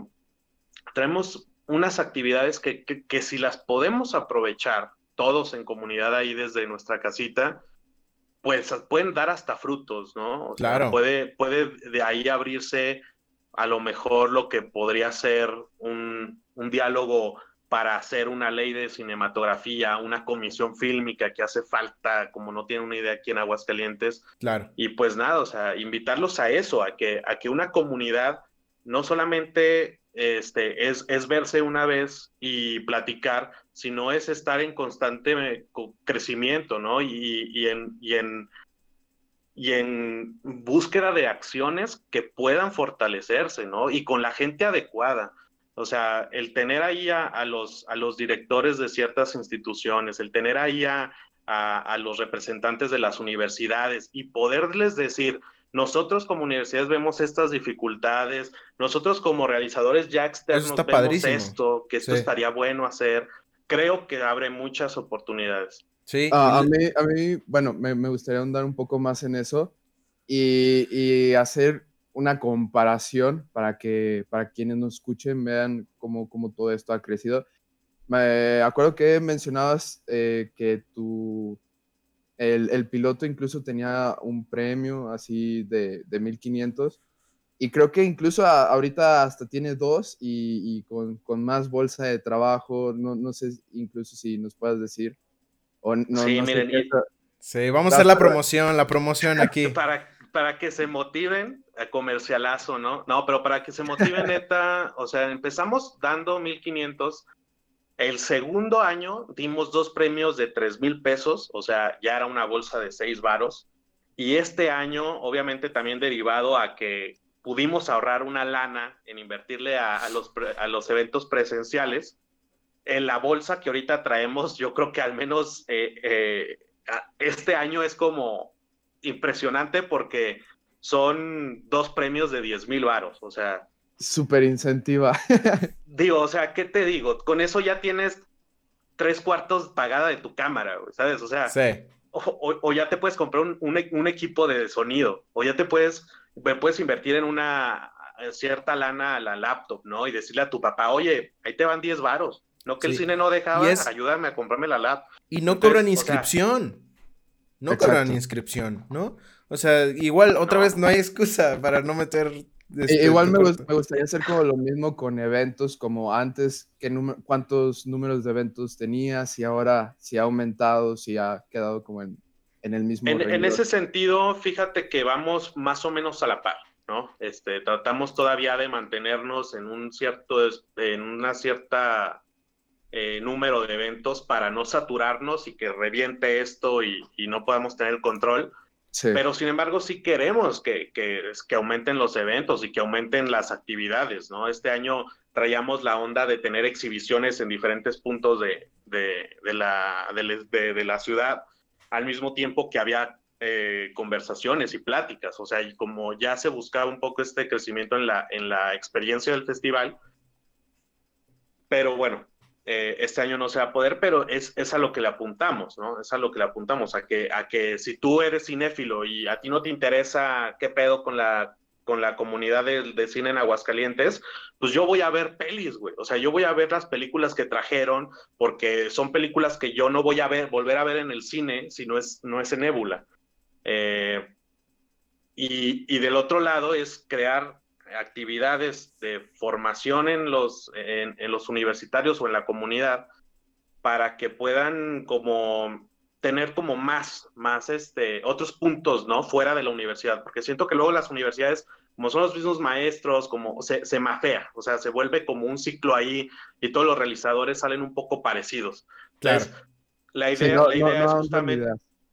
unas actividades que si las podemos aprovechar todos en comunidad ahí desde nuestra casita, pues pueden dar hasta frutos, ¿no? O sea, Claro. puede de ahí abrirse a lo mejor lo que podría ser un diálogo para hacer una ley de cinematografía, una comisión fílmica que hace falta, como no tiene una idea aquí en Aguascalientes. Claro. Y pues nada, o sea, invitarlos a eso, a que una comunidad no solamente es verse una vez y platicar, sino es estar en constante crecimiento, ¿no? Y en búsqueda de acciones que puedan fortalecerse, ¿no? Y con la gente adecuada. O sea, el tener ahí a los directores de ciertas instituciones, el tener ahí a los representantes de las universidades y poderles decir, nosotros como universidades vemos estas dificultades, nosotros como realizadores ya externos vemos padrísimo. esto, que esto estaría bueno hacer, creo que abre muchas oportunidades. Sí. A mí, bueno, me gustaría ahondar un poco más en eso y hacer una comparación para quienes nos escuchen vean cómo todo esto ha crecido. Me acuerdo que mencionabas que el piloto incluso tenía un premio así de 1,500 y creo que incluso ahorita hasta tiene 2 y con más bolsa de trabajo, no sé incluso si nos puedas decir. O no, sí, no miren, sí, vamos a hacer la promoción aquí. Para que se motiven, comercialazo, ¿no? No, pero para que se motiven, neta, o sea, empezamos dando 1,500. El segundo año dimos 2 premios de 3,000 pesos, o sea, ya era una bolsa de 6 varos. Y este año, obviamente, también derivado a que pudimos ahorrar una lana en invertirle a los eventos presenciales. En la bolsa que ahorita traemos, yo creo que al menos este año es como impresionante porque son 2 premios de 10,000 varos, o sea. Súper incentiva. Digo, o sea, ¿qué te digo? Con eso ya tienes 3/4 pagada de tu cámara, ¿sabes? O sea, sí. o ya te puedes comprar un equipo de sonido, o ya puedes invertir en una cierta lana a la laptop, ¿no? Y decirle a tu papá, oye, ahí te van 10 varos. No que el cine no dejaba, ayúdame a comprarme la laptop. Y no cobran inscripción. No cobran inscripción, ¿no? O sea, igual, otra vez no hay excusa para no meter... igual me gustaría hacer como lo mismo con eventos, como antes, cuántos números de eventos tenías y ahora si ha aumentado, si ha quedado como en el mismo renglón. En ese sentido, fíjate que vamos más o menos a la par, ¿no? Tratamos todavía de mantenernos en una cierta número de eventos para no saturarnos y que reviente esto y no podamos tener el control. Sí. Pero sin embargo sí queremos que aumenten los eventos y que aumenten las actividades, ¿no? Este año traíamos la onda de tener exhibiciones en diferentes puntos de la ciudad, al mismo tiempo que había conversaciones y pláticas, o sea, y como ya se buscaba un poco este crecimiento en la experiencia del festival, pero bueno, este año no se va a poder, pero es a lo que le apuntamos, ¿no? Es a lo que le apuntamos, a que si tú eres cinéfilo y a ti no te interesa qué pedo con la comunidad de cine en Aguascalientes, pues yo voy a ver pelis, güey. O sea, yo voy a ver las películas que trajeron, porque son películas que yo no voy a volver a ver en el cine si no es en Nebula. Y del otro lado es crear actividades de formación en los universitarios o en la comunidad para que puedan como tener como más otros puntos, ¿no? Fuera de la universidad, porque siento que luego las universidades, como son los mismos maestros, como se mafea, o sea, se vuelve como un ciclo ahí y todos los realizadores salen un poco parecidos. Entonces, claro. La idea es justamente...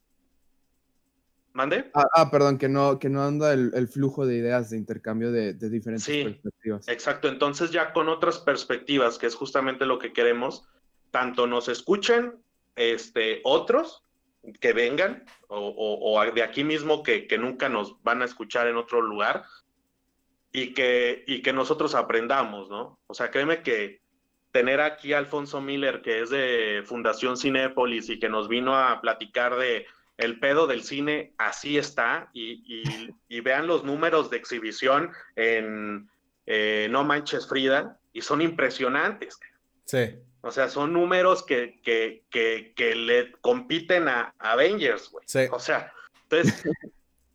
¿Mande? Perdón, que no anda el flujo de ideas de intercambio de diferentes perspectivas. Exacto, entonces ya con otras perspectivas, que es justamente lo que queremos, tanto nos escuchen otros que vengan, o de aquí mismo que nunca nos van a escuchar en otro lugar, y que nosotros aprendamos, ¿no? O sea, créeme que tener aquí a Alfonso Miller, que es de Fundación Cinépolis y que nos vino a platicar de el pedo del cine, así está, y vean los números de exhibición en No Manches Frida, y son impresionantes. Sí. O sea, son números que le compiten a Avengers, güey. Sí. O sea, entonces,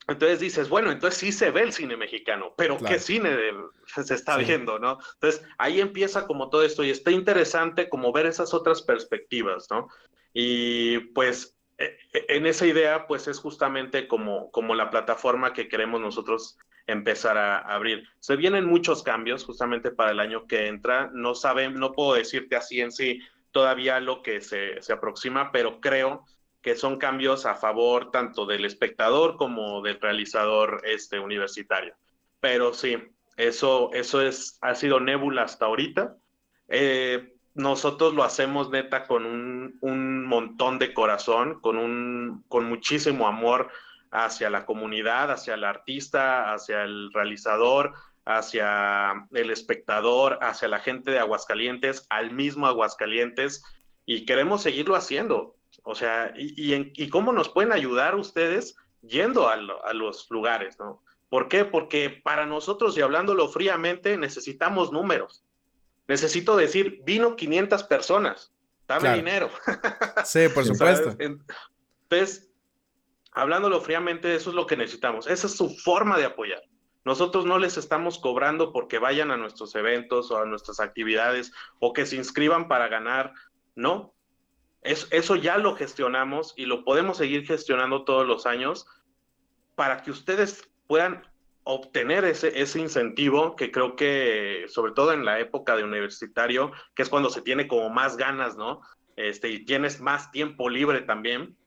Entonces dices, bueno, entonces sí se ve el cine mexicano, pero Claro. ¿qué cine se está Sí. viendo, no? Entonces ahí empieza como todo esto y está interesante como ver esas otras perspectivas, ¿no? Y pues en esa idea pues es justamente como la plataforma que queremos nosotros empezar a abrir. Se vienen muchos cambios justamente para el año que entra, no puedo decirte así en sí todavía lo que se aproxima, pero creo que son cambios a favor tanto del espectador como del realizador universitario. Pero sí, ha sido Nebula hasta ahorita. Nosotros lo hacemos neta con un montón de corazón, con muchísimo amor hacia la comunidad, hacia el artista, hacia el realizador, hacia el espectador, hacia la gente de Aguascalientes, al mismo Aguascalientes, y queremos seguirlo haciendo. O sea, y cómo nos pueden ayudar ustedes yendo a los lugares, ¿no? ¿Por qué? Porque para nosotros, y hablándolo fríamente, necesitamos números. Necesito decir, vino 500 personas, dame Claro. dinero. Sí, por supuesto. Entonces, hablándolo fríamente, eso es lo que necesitamos. Esa es su forma de apoyar. Nosotros no les estamos cobrando porque vayan a nuestros eventos o a nuestras actividades o que se inscriban para ganar, no. Eso ya lo gestionamos y lo podemos seguir gestionando todos los años para que ustedes puedan obtener ese incentivo que creo que, sobre todo en la época de universitario, que es cuando se tiene como más ganas, ¿no? Y tienes más tiempo libre también.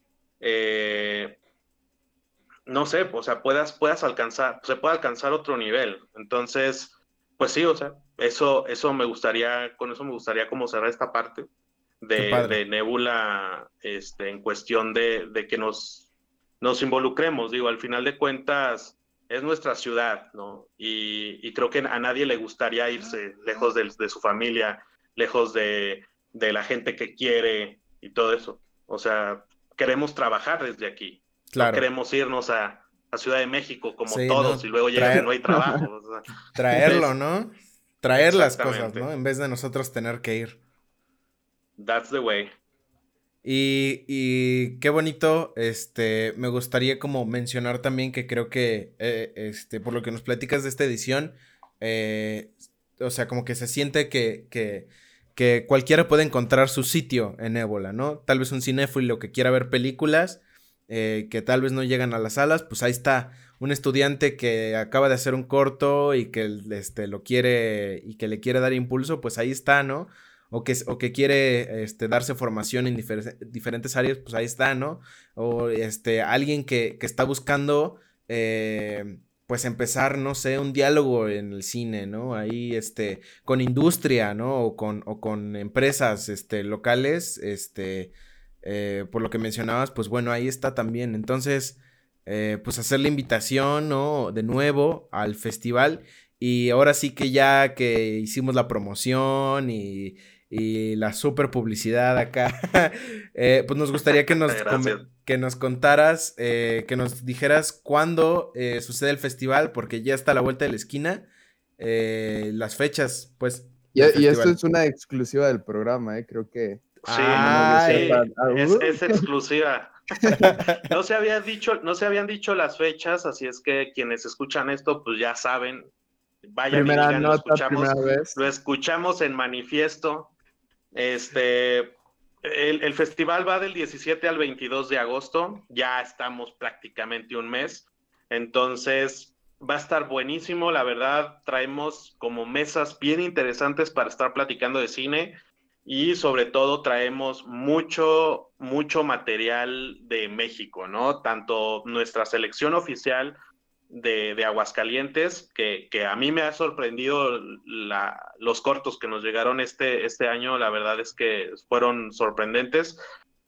No sé, o sea, se puede alcanzar otro nivel. Entonces, pues sí, o sea, con eso me gustaría como cerrar esta parte Qué padre. de Nebula, en cuestión de que nos involucremos. Digo, al final de cuentas, es nuestra ciudad, ¿no? Y creo que a nadie le gustaría irse lejos de su familia, lejos de la gente que quiere y todo eso. O sea, queremos trabajar desde aquí. No Claro. queremos irnos a Ciudad de México como Sí, todos no, y luego llegas y no hay trabajo. O sea, traerlo, ¿no? Traer las cosas, exactamente. ¿no? En vez de nosotros tener que ir. That's the way. Y qué bonito, me gustaría como mencionar también que creo que, por lo que nos platicas de esta edición, o sea, como que se siente que cualquiera puede encontrar su sitio en Ébola, ¿no? Tal vez un cinéfilo que quiera ver películas, que tal vez no llegan a las salas, pues ahí está un estudiante que acaba de hacer un corto y que lo quiere y que le quiere dar impulso, pues ahí está, ¿no? O que quiere darse formación en diferentes áreas, pues ahí está, ¿no? O alguien que está buscando pues empezar, no sé, un diálogo en el cine, ¿no? Ahí con industria, ¿no? O con empresas locales, por lo que mencionabas, pues bueno, ahí está también. Entonces, pues hacer la invitación, ¿no? De nuevo al festival. Y ahora sí que ya que hicimos la promoción y la super publicidad acá, pues nos gustaría que nos contaras, que nos dijeras cuándo sucede el festival, porque ya está a la vuelta de la esquina, las fechas, pues. Y esto es una exclusiva del programa, creo que... Sí, Ay. es exclusiva. No se habían dicho las fechas, así es que quienes escuchan esto, pues ya saben. Vayan primera y digan, nota, primera vez. Lo escuchamos en Manifiesto. El festival va del 17 al 22 de agosto. Ya estamos prácticamente un mes. Entonces, va a estar buenísimo. La verdad, traemos como mesas bien interesantes para estar platicando de cine. Y sobre todo traemos mucho material de México, ¿no? Tanto nuestra selección oficial de Aguascalientes, que a mí me ha sorprendido los cortos que nos llegaron este año, la verdad es que fueron sorprendentes.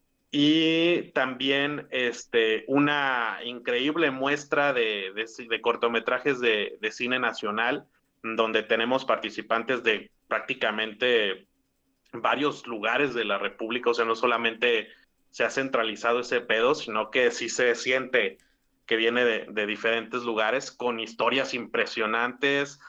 Y también una increíble muestra de cortometrajes de cine nacional, donde tenemos participantes de prácticamente varios lugares de la República. O sea, no solamente se ha centralizado ese pedo, sino que sí se siente que viene de diferentes lugares con historias impresionantes.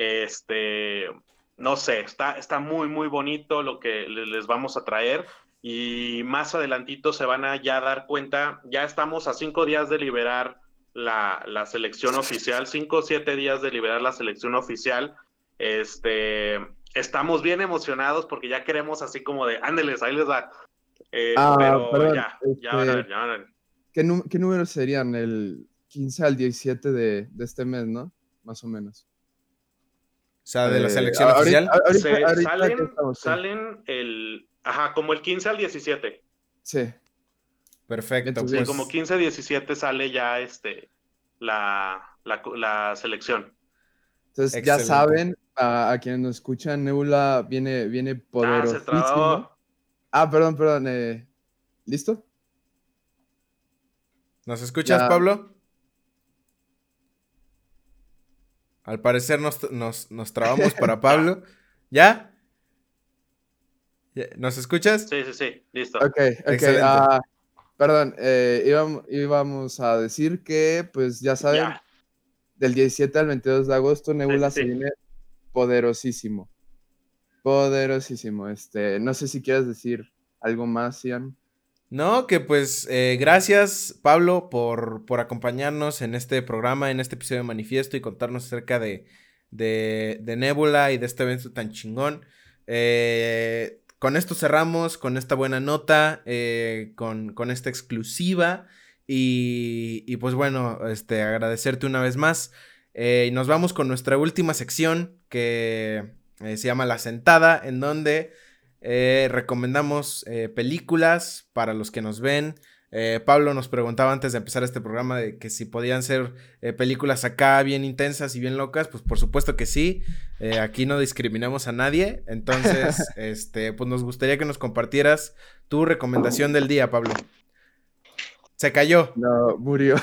No sé, está muy, muy bonito lo que les vamos a traer. Y más adelantito se van a ya dar cuenta, ya estamos a 5 días de liberar la selección oficial, 5 o 7 días de liberar la selección oficial. Estamos bien emocionados porque ya queremos así como de, ándeles, ahí les va. Pero perdón, ya van a ver, ya van a ver. ¿qué números serían? El 15 al 17 de este mes, ¿no? Más o menos. O sea, de la selección oficial. Salen como el 15 al 17. Sí. Perfecto. Entonces, pues, como 15 a 17 sale ya la selección. Entonces, excelente. Ya saben, a quienes nos escuchan, Nebula viene poderosísimo. Se trabó. Perdón. ¿Listo? ¿Nos escuchas, ya. Pablo? Al parecer nos trabamos para Pablo. ¿Ya? ¿Nos escuchas? Sí, listo. Ok. Perdón, íbamos a decir que, pues ya saben, del 17 al 22 de agosto, Nebula se viene poderosísimo. Poderosísimo. No sé si quieres decir algo más, Ian. No, que pues gracias, Pablo, por acompañarnos en este programa, en este episodio de Manifiesto y contarnos acerca de Nebula y de este evento tan chingón. Con esto cerramos, con esta buena nota, con esta exclusiva y pues bueno, agradecerte una vez más. Y nos vamos con nuestra última sección que se llama La Sentada, en donde recomendamos películas para los que nos ven. Pablo nos preguntaba antes de empezar este programa de que si podían ser películas acá bien intensas y bien locas. Pues por supuesto que sí. Aquí no discriminamos a nadie. Entonces, pues nos gustaría que nos compartieras tu recomendación del día, Pablo. Se cayó. No, murió.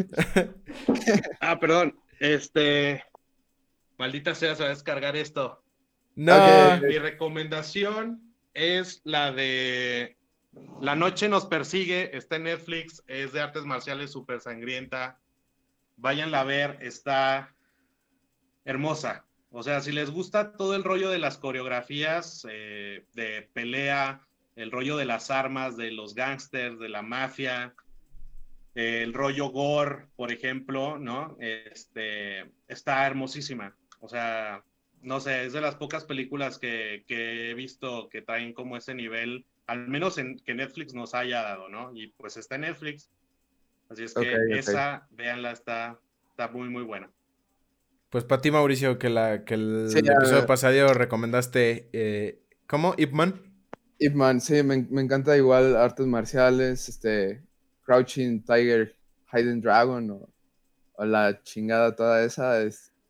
Perdón. Maldita sea, se va a descargar esto. No. Okay. Mi recomendación es la de La Noche Nos Persigue. Está en Netflix. Es de artes marciales, súper sangrienta. Váyanla a ver. Está hermosa. O sea, si les gusta todo el rollo de las coreografías de pelea, el rollo de las armas, de los gángsters, de la mafia, el rollo gore, por ejemplo, ¿no? Está hermosísima. O sea, no sé, es de las pocas películas que he visto que traen como ese nivel, al menos que Netflix nos haya dado, ¿no? Y pues está en Netflix. Así es que esa, véanla, está muy, muy buena. Pues para ti, Mauricio, que el episodio pasado recomendaste, ¿cómo? ¿Ip Man? Ip Man, sí, me encanta igual artes marciales, Crouching Tiger, Hidden Dragon o la chingada toda esa.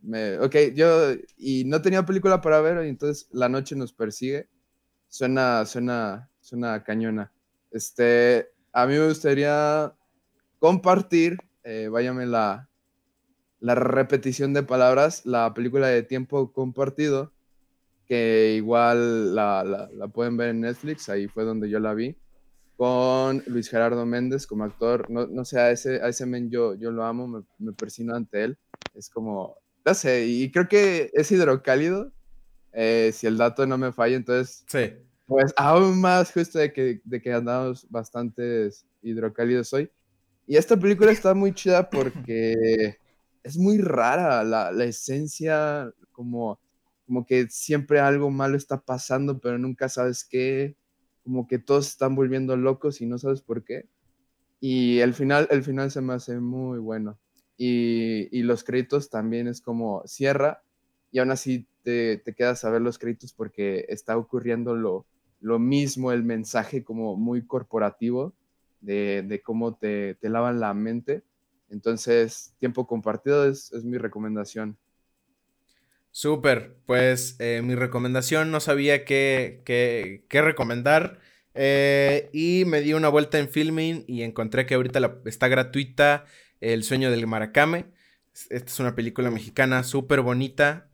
Y no tenía película para ver, y entonces La Noche Nos Persigue. Suena cañona. A mí me gustaría compartir, váyame la repetición de palabras, la película de Tiempo Compartido, que igual la pueden ver en Netflix, ahí fue donde yo la vi, con Luis Gerardo Méndez como actor. No sé, a ese men yo lo amo, me persino ante él. Es como, no sé, y creo que es hidrocálido, si el dato no me falla, entonces, sí. Pues aún más justo de que andamos bastantes hidrocálidos hoy. Y esta película está muy chida porque es muy rara la esencia, como que siempre algo malo está pasando, pero nunca sabes qué, como que todos se están volviendo locos y no sabes por qué. Y el final se me hace muy bueno. Y los créditos también es como cierra y aún así te quedas a ver los créditos porque está ocurriendo lo mismo, el mensaje como muy corporativo de cómo te lavan la mente. Entonces, Tiempo Compartido es mi recomendación. Súper, pues mi recomendación, no sabía qué recomendar, y me di una vuelta en Filmin y encontré que ahorita está gratuita El Sueño del Maracame. Esta es una película mexicana súper bonita,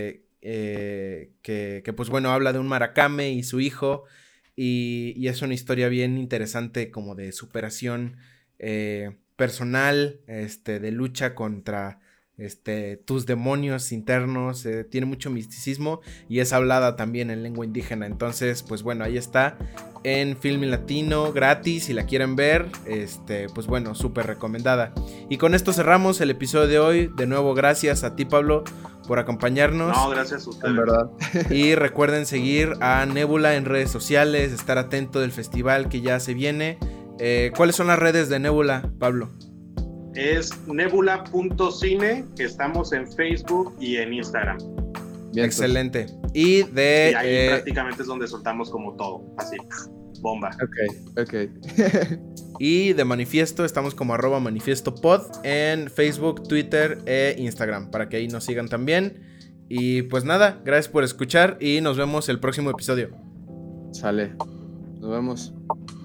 que pues bueno, habla de un maracame y su hijo, y es una historia bien interesante como de superación personal, de lucha contra tus demonios internos, tiene mucho misticismo y es hablada también en lengua indígena. Entonces, pues bueno, ahí está en Filmin Latino, gratis, si la quieren ver, pues bueno, súper recomendada. Y con esto cerramos el episodio de hoy. De nuevo, gracias a ti, Pablo, por acompañarnos. No, gracias a ustedes. En verdad. Y recuerden seguir a Nebula en redes sociales, estar atento del festival que ya se viene. ¿Cuáles son las redes de Nebula, Pablo? Es nebula.cine, que estamos en Facebook y en Instagram. Bien, excelente. Y ahí prácticamente es donde soltamos como todo, así, bomba. Ok. Y de Manifiesto estamos como @manifiestopod en Facebook, Twitter e Instagram, para que ahí nos sigan también. Y pues nada, gracias por escuchar y nos vemos el próximo episodio. Sale. Nos vemos.